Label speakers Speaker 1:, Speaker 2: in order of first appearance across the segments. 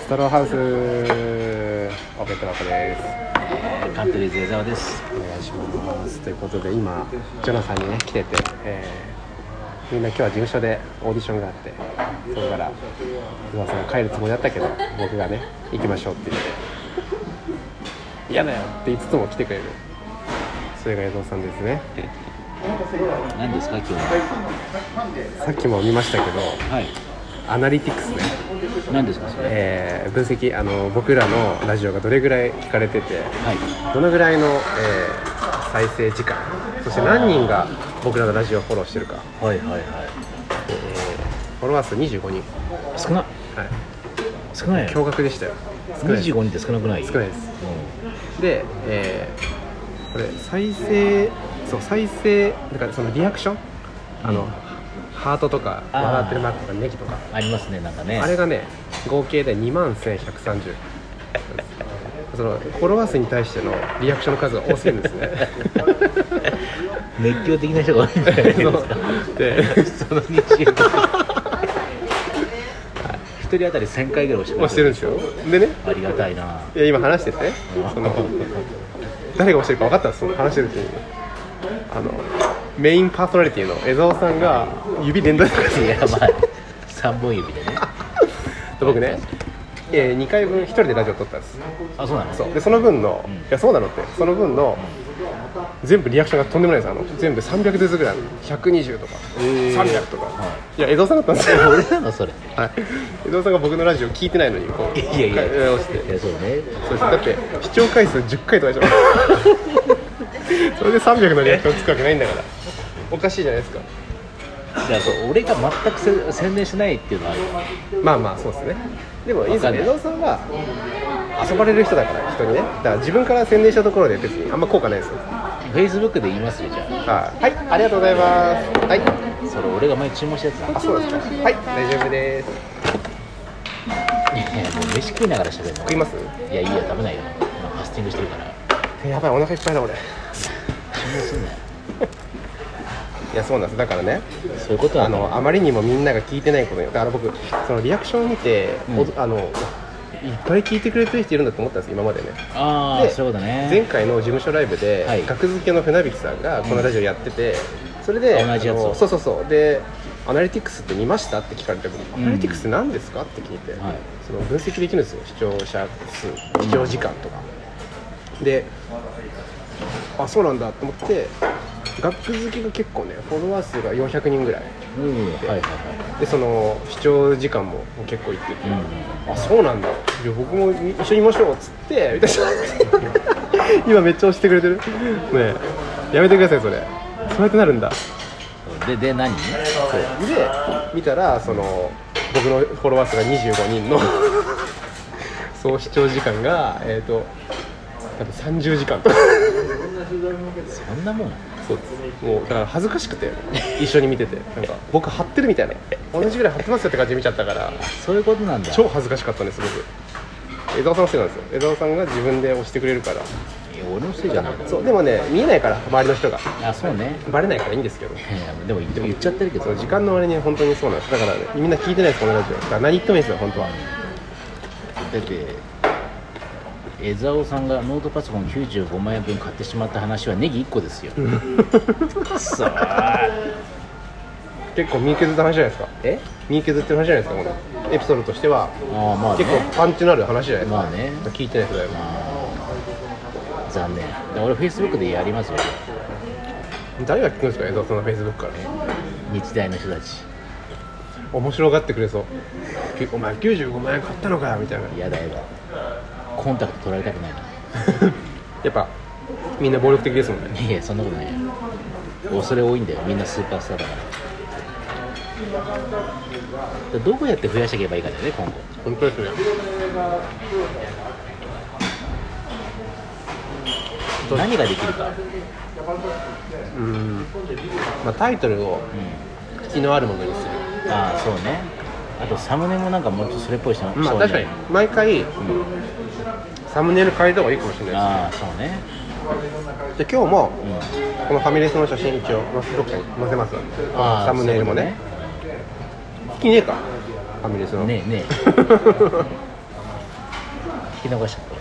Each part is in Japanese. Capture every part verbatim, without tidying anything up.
Speaker 1: ストローハウスお弁当箱です。
Speaker 2: カントリーズ江澤です。
Speaker 1: お願いします。ということで今ジョナさんにね来てて、えー、みんな今日は事務所でオーディションがあって、そこから江澤さんが帰るつもりだったけど僕がね行きましょうって言って嫌だよって言いつつも来てくれる、それが江澤さんですね。
Speaker 2: 何ですか今日は。
Speaker 1: さっきも見ましたけど、
Speaker 2: はい、
Speaker 1: アナリティクスね。
Speaker 2: 何ですかそれ。
Speaker 1: えー、分析、あの僕らのラジオがどれぐらい聞かれてて、
Speaker 2: はい、
Speaker 1: どのぐらいの、えー、再生時間、そして何人が僕らのラジオをフォローしてるか。
Speaker 2: はいはいはい。
Speaker 1: えー、フォロワー数にじゅうごにん。
Speaker 2: 少な、はい、少ない。
Speaker 1: 驚愕でしたよ。
Speaker 2: にじゅうごにんって少なくない？
Speaker 1: 少ないです、うん、で、えー、これ再生そう再生だからそのリアクション、あの、うん、ハートとか笑ってるマークとかネギとか
Speaker 2: ありますね、なんかね。
Speaker 1: あれがね合計でにまんせんひゃくさんじゅうそのフォロワー数に対してのリアクションの数が多すぎるんですね
Speaker 2: 熱狂的な人が多いんじゃないですかでそのにじゅうごひとり当たりせんかいぐらい押
Speaker 1: してるんですよ。でね、
Speaker 2: ありがたいな。
Speaker 1: いや今話しててその誰が押してるか分かったんです。その話してるうちにあのメインパーソナリティの江澤さんが指連打して
Speaker 2: やばいさんぼん指でね
Speaker 1: 僕ね、えー、にかいぶんひとりでラジオ撮ったんです。
Speaker 2: あ、そうなの。
Speaker 1: そうでその分の、うん、いやそうなのってその分の、うん、全部リアクションがとんでもないです。あの全部さんびゃくずつぐらいひゃくにじゅうとか、えー、さんびゃくとか、はい、いや江澤さんだったんですよ
Speaker 2: 俺なのそれ、
Speaker 1: はい、江澤さんが僕のラジオ聞いてないのにこう
Speaker 2: いやいやいや
Speaker 1: 押して、
Speaker 2: いやそうね、
Speaker 1: そうだって視聴回数じゅっかいとかでしょそれでさんびゃくのリアクションつくわけないんだからおかしいじゃないですか。
Speaker 2: いやそう俺が全くせ宣伝しないっていうのはある。
Speaker 1: まあまあそうですね。でもいいですね、江澤さんは遊ばれる人だから人にね、だから自分から宣伝したところで別にあんま効果ないですよ。
Speaker 2: フェイスブックで言いますよじゃ
Speaker 1: あ。はい、ありがとうございます。はい、
Speaker 2: それ俺が前注文したやつだ。
Speaker 1: あ、そうですか。はい、大丈夫です。
Speaker 2: いやもう飯食いながら喋るの。
Speaker 1: 食います？
Speaker 2: いやいいや食べないよ。今ファスティングしてるから。
Speaker 1: やばいお腹いっぱいだ俺。
Speaker 2: 注文すんなよ。
Speaker 1: いやそうなんです。だからね、
Speaker 2: そういうことなんだ。
Speaker 1: あのあまりにもみんなが聞いてないことに、だから僕そのリアクションを見て、うん、あのいっぱい聞いてくれてる人いるんだと思ったんです今までね。
Speaker 2: ああ、そうだね。
Speaker 1: 前回の事務所ライブで、はい、学付けの船引さんがこのラジオやってて、うん、それで
Speaker 2: 同じやつを
Speaker 1: そうそうそうでアナリティクスって見ましたって聞かれて、うん、アナリティクスって何ですかって聞いて、はい、その分析できるんですよ。視聴者数、視聴時間とか、うん、であそうなんだと思って、学付けが結構ねフォロワー数がよんひゃくにんぐらい、うん、で、はいはいはい、でその視聴時間も結構いってて、うん、あそうなんだ、じゃあ僕も一緒にいましょうっつってみたいな今めっちゃ押してくれてるねえやめてくださいそれ、そうやってなるんだ。
Speaker 2: でで何
Speaker 1: そうで見たらその僕のフォロワー数がにじゅうごにんの総視聴時間がえっと多分さんじゅうじかんとか
Speaker 2: そんなもん。
Speaker 1: そうです。もうだから恥ずかしくて一緒に見ててなんか僕張ってるみたいな、同じぐらい張ってますよって感じで見ちゃったから、
Speaker 2: そういうことなんだ。
Speaker 1: 超恥ずかしかったんです僕。江澤さんのせいなんですよ。江澤さんが自分で押してくれるから。いや
Speaker 2: 俺のせいじゃない。
Speaker 1: そうでもね見えないから周りの人が。
Speaker 2: あそうね。
Speaker 1: バレないからいいんですけど。い
Speaker 2: やでもでも言っちゃってるけど。
Speaker 1: そう時間の割に本当にそうなんです。だから、ね、みんな聞いてないですこのラジオ。だから何言ってもいいですよ本当は。
Speaker 2: だって江澤さんがノートパソコンきゅうじゅうごまんえんぶん買ってしまった話はネギいっこですよ。くそー
Speaker 1: 結構身削った話じゃないですか。え身削ってる話じゃないですかこのエピソードとしては。あ、まあね、結構パンチのある話じゃないですか。まあね、聞いてない人だよ。
Speaker 2: 残念。俺フェイスブックでやりますよ。
Speaker 1: 誰が聞くんですか江澤さんのフェイスブックから。
Speaker 2: 日大の人たち
Speaker 1: 面白がってくれそう。お前きゅうじゅうごまんえん買ったのかよみたいな。
Speaker 2: やだやだ、コンタクト取られたくないな
Speaker 1: やっぱみんな暴力的ですもんね。
Speaker 2: いやそんなことないよ。恐れ多いんだよみんなスーパースターだから。どうやって増やしていけばいいかだよね今後。
Speaker 1: 本当ですね。
Speaker 2: 何ができるか。
Speaker 1: うーん、まあ、タイトルを引きのあるものにする、
Speaker 2: うん、ああそうね。あとサムネもなんかもうちょっとそれっぽいしな。
Speaker 1: まあ確かに毎回、うん、サムネイル変えた方がいいかもしれないです。
Speaker 2: ああそうね。
Speaker 1: で今日も、うん、このファミレスの写真一応どっかに載せますので、サムネイルもね。引きねえかファミレスの
Speaker 2: ねえねえ聞き逃しちゃった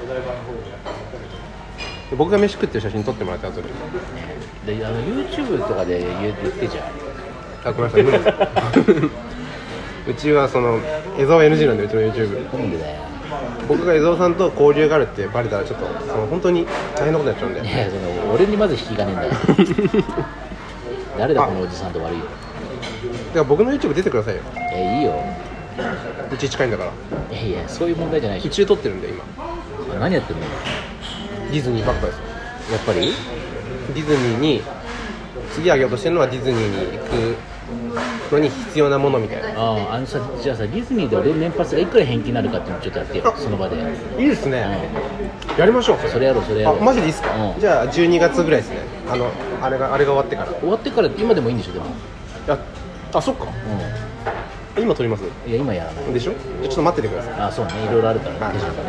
Speaker 1: で僕が飯食ってる写真撮ってもらった後で
Speaker 2: 俺であの YouTube とかで言ってじゃん。
Speaker 1: あ、ごめんなさい無理ですうちはその江沢 エヌジー なんで、うちの YouTube
Speaker 2: なんでだよ。
Speaker 1: 僕が江沢さんと交流があるってバレたらちょっとその本当に大変なことになっちゃうんで。
Speaker 2: いや、その俺にまず引きがねえんだよ誰だこのおじさんと悪いよ。
Speaker 1: だから僕の YouTube 出てくださいよ。
Speaker 2: えいいよ。
Speaker 1: うち近いんだから。
Speaker 2: いやいや、そういう問題じゃないし。
Speaker 1: うちで撮ってるんで今。
Speaker 2: 何やってんの
Speaker 1: ディズニーばっかですよ。
Speaker 2: やっぱり
Speaker 1: ディズニーに次あげようとしてるのはディズニーに行くのに必要なものみたいな。
Speaker 2: ああ、あのさ、じゃあさ、ディズニーで俺の年パスがいくら返金になるかっていうのをちょっとやってよ、その場で。
Speaker 1: いいですね、うん、やりましょう。それ
Speaker 2: それやろう、それやろう。
Speaker 1: あ、マジでいいっすか、
Speaker 2: うん、
Speaker 1: じゃあじゅうにがつぐらいですね。あの、あれが、あれが終わってから。
Speaker 2: 終わってから今でもいいんでしょ、でも。
Speaker 1: やあ、そっか、
Speaker 2: うん、
Speaker 1: 今撮ります。
Speaker 2: いや、今やらない
Speaker 1: でしょ。じゃあちょっと待っててください。
Speaker 2: あ、そうね、いろいろあるから、
Speaker 1: はい
Speaker 2: 手順がね。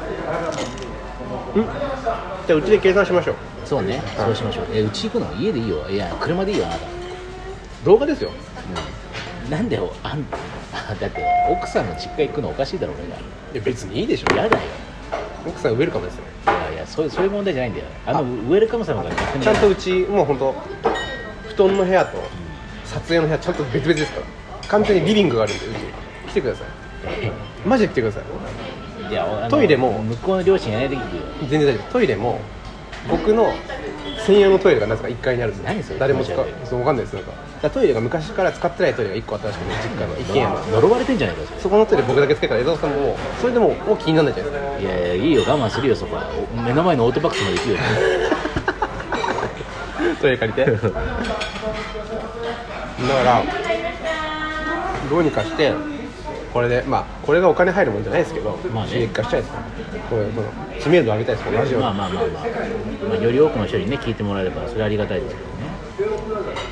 Speaker 1: んじゃあうちで計算しましょう。
Speaker 2: そうね、そうしましょう。え、うち行くの家でいいよ。いや、車でいいよ、あなた。
Speaker 1: 動画ですよ。
Speaker 2: うん、なんでよ、あんだって奥さんの実家行くのおかしいだろ、俺が。
Speaker 1: いや別にいいでしょ。
Speaker 2: やだよ。
Speaker 1: 奥さんウェルカムですよ。
Speaker 2: いやいや、そういう、そういう問題じゃないんだよ。あのウェルカム様が逆に
Speaker 1: ちゃんとうちもう本当布団の部屋と撮影の部屋ちゃんと別々ですから。完全にリビングがあるんで、うち来てください。マジで来てください。
Speaker 2: いや、あの
Speaker 1: トイレも
Speaker 2: 向こうの両親やらないできるよ。
Speaker 1: 全然大丈夫。トイレも僕の専用のトイレがなぜかいっかいにあるんですよ。
Speaker 2: 何それ。
Speaker 1: 誰も使う、そう分かんないです。なんかだからトイレが昔から使ってないトイレがいっこあったらしくて、実家の一軒家の
Speaker 2: 呪われてんじゃないかそれ。
Speaker 1: そこのトイレ僕だけつけたら江澤さんももうそれでもうもう気にならないじゃないですか。
Speaker 2: いやいや、いいよ、我慢するよ、そこは。目の前のオートバックスまで行くよ
Speaker 1: トイレ借りてだからどうにかしてこれで、まあこれがお金入るもんじゃないですけど、
Speaker 2: まあね、
Speaker 1: 収益化したいです。これこの知名度上げたいです。ラジオ
Speaker 2: まあまあまあまあ、まあ、より多くの人にね聞いてもらえればそれはありがたいですけどね。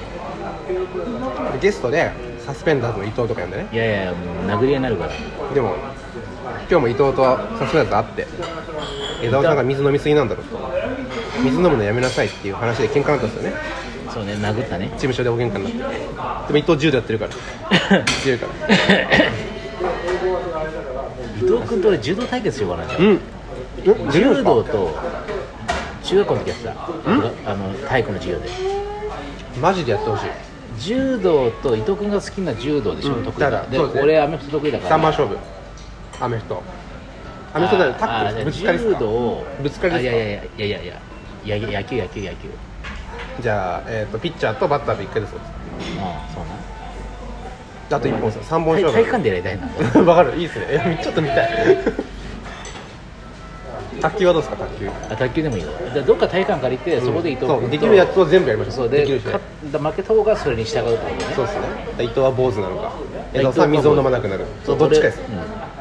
Speaker 1: ゲストでサスペンダーズの伊藤とか呼んでね。
Speaker 2: いやいや、もう殴り合いになるから。
Speaker 1: でも今日も伊藤とサスペンダーズ会って江澤さんが水飲みすぎなんだろうと、水飲むのやめなさいっていう話で喧嘩になったんですよね。
Speaker 2: そうね、殴ったね。
Speaker 1: 事務所でお喧嘩になって。でも伊藤柔道やってるから強いから
Speaker 2: 伊藤君と俺柔道対決しようかな。じゃあ、
Speaker 1: うん、
Speaker 2: 柔道と中学校の時やってた、あの体育の授業で。
Speaker 1: マジでやってほしい。
Speaker 2: 柔道と伊藤君が好きな柔道でしょ、うん、得意だ
Speaker 1: だ
Speaker 2: で、ね、俺アメフト得意だから。
Speaker 1: さんばん勝負アメフトアメフトだよ。タックルぶつかりですか。
Speaker 2: 柔道
Speaker 1: ぶつかりですか。
Speaker 2: いやいやいやいやいやいや野球野球野球。
Speaker 1: じゃあ、えー、とピッチャーとバッターでいっかいです。
Speaker 2: ああ、そうな。
Speaker 1: あといっぽんです。さんぼん勝負。
Speaker 2: 体感でやりたいな。
Speaker 1: わかる、いいですね。いやちょっと見たい卓球はどうですか。卓球
Speaker 2: あ、卓球でもいいよ。でどっか体感借りて、うん、そこで伊藤君と
Speaker 1: できるやつを全部やりましょう。
Speaker 2: そうで、負けた方がそれに従うってことね。
Speaker 1: そうですね。伊藤は坊主なのか、江藤さん水を飲まなくなる。そう、どっちかです、うん、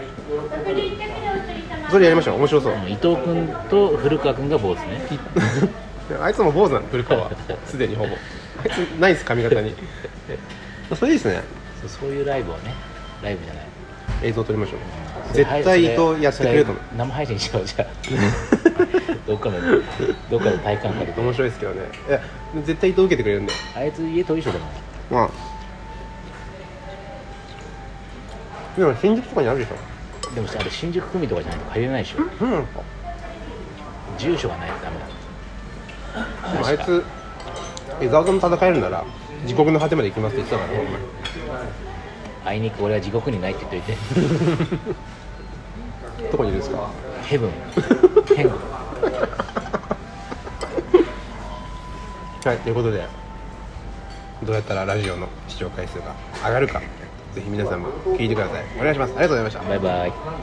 Speaker 1: それやりましょう。面白そう、うん、
Speaker 2: 伊藤君と古川君が坊主ね
Speaker 1: あいつも坊主なの。古川はすでにほぼあいつナイス髪型にそれいいですね。
Speaker 2: そう、そういうライブをね、ライブじゃない
Speaker 1: 映像撮りましょう。絶対伊藤やってくれると思う。
Speaker 2: 生配信しよう。じゃあどっかのどっかの体感借りて。
Speaker 1: 面白いですけどね。いや絶対伊藤受けてくれるんで。
Speaker 2: あいつ家遠い人だもん。
Speaker 1: まあでも新宿とかにあるでしょ。
Speaker 2: でもさ、あれ新宿区民とかじゃないと借りれないでしょ。
Speaker 1: うん、
Speaker 2: 住所がないとダメだ。
Speaker 1: でもあいつ江澤さんと戦えるなら地獄の果てまで行きますって言ってたからね。
Speaker 2: あいにく俺は地獄にないって言っといて
Speaker 1: どこにいるんですか。
Speaker 2: ヘブン天国
Speaker 1: はい、ということでどうやったらラジオの視聴回数が上がるか、ぜひ皆さんも聞いてください。お願いします。ありがとうございました。
Speaker 2: バイバイ。